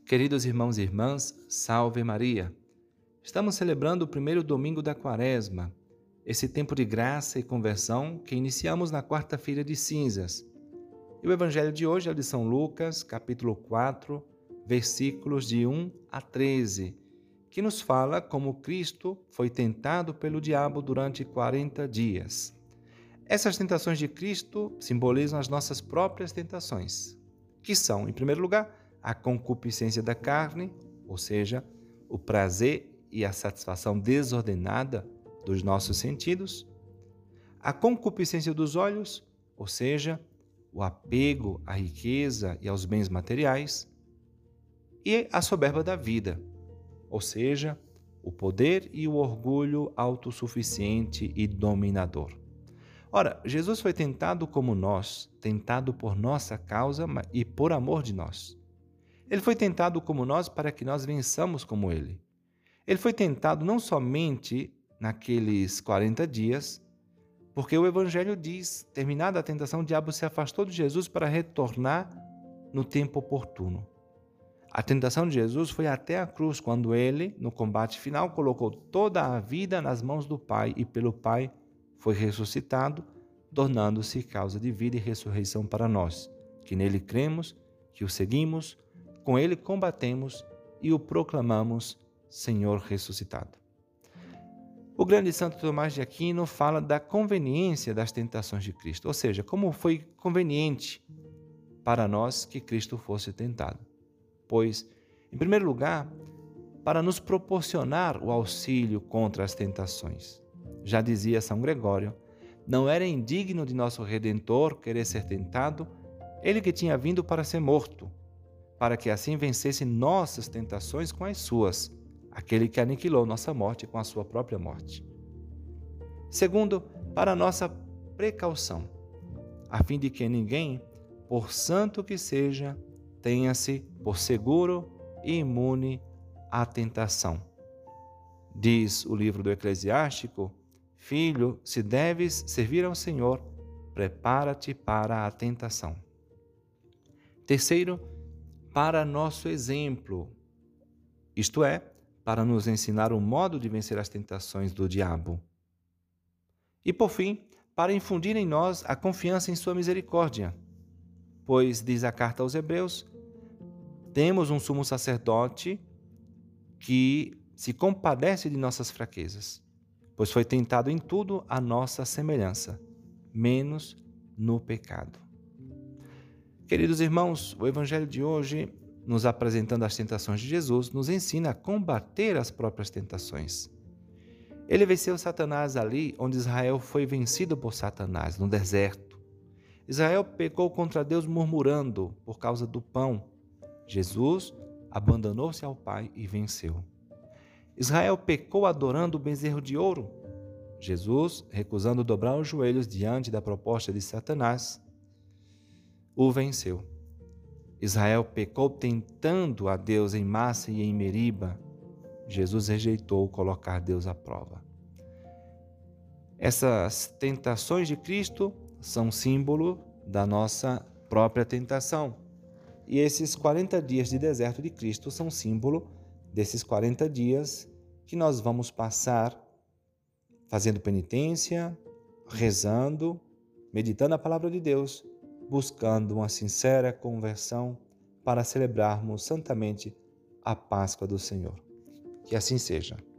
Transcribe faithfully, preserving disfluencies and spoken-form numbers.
Queridos irmãos e irmãs, salve Maria! Estamos celebrando o primeiro domingo da Quaresma, esse tempo de graça e conversão que iniciamos na quarta-feira de cinzas. E o evangelho de hoje é o de São Lucas, capítulo quatro, versículos de um a treze, que nos fala como Cristo foi tentado pelo diabo durante quarenta dias. Essas tentações de Cristo simbolizam as nossas próprias tentações, que são, em primeiro lugar, a concupiscência da carne, ou seja, o prazer e a satisfação desordenada dos nossos sentidos, a concupiscência dos olhos, ou seja, o apego à riqueza e aos bens materiais, e a soberba da vida, ou seja, o poder e o orgulho autossuficiente e dominador. Ora, Jesus foi tentado como nós, tentado por nossa causa e por amor de nós. Ele foi tentado como nós para que nós vençamos como ele. Ele foi tentado não somente naqueles quarenta dias, porque o Evangelho diz, terminada a tentação, o diabo se afastou de Jesus para retornar no tempo oportuno. A tentação de Jesus foi até a cruz, quando ele, no combate final, colocou toda a vida nas mãos do Pai e pelo Pai foi ressuscitado, tornando-se causa de vida e ressurreição para nós, que nele cremos, que o seguimos, com ele combatemos e o proclamamos Senhor ressuscitado. O grande Santo Tomás de Aquino fala da conveniência das tentações de Cristo, ou seja, como foi conveniente para nós que Cristo fosse tentado. Pois, em primeiro lugar, para nos proporcionar o auxílio contra as tentações. Já dizia São Gregório, não era indigno de nosso Redentor querer ser tentado, ele que tinha vindo para ser morto, para que assim vencesse nossas tentações com as suas, aquele que aniquilou nossa morte com a sua própria morte. Segundo, para nossa precaução, a fim de que ninguém, por santo que seja, tenha-se por seguro e imune à tentação. Diz o livro do Eclesiástico, filho, se deves servir ao Senhor, prepara-te para a tentação. Terceiro, para nosso exemplo, isto é, para nos ensinar o modo de vencer as tentações do diabo. E, por fim, para infundir em nós a confiança em sua misericórdia, pois, diz a carta aos Hebreus, temos um sumo sacerdote que se compadece de nossas fraquezas, pois foi tentado em tudo a nossa semelhança, menos no pecado. Queridos irmãos, o Evangelho de hoje, nos apresentando as tentações de Jesus, nos ensina a combater as próprias tentações. Ele venceu Satanás ali onde Israel foi vencido por Satanás, no deserto. Israel pecou contra Deus murmurando por causa do pão. Jesus abandonou-se ao Pai e venceu. Israel pecou adorando o bezerro de ouro. Jesus, recusando dobrar os joelhos diante da proposta de Satanás, o venceu. Israel pecou tentando a Deus em Massa e em Meriba. Jesus rejeitou colocar Deus à prova. Essas tentações de Cristo são símbolo da nossa própria tentação. E esses quarenta dias de deserto de Cristo são símbolo desses quarenta dias que nós vamos passar fazendo penitência, rezando, meditando a palavra de Deus, buscando uma sincera conversão para celebrarmos santamente a Páscoa do Senhor. Que assim seja.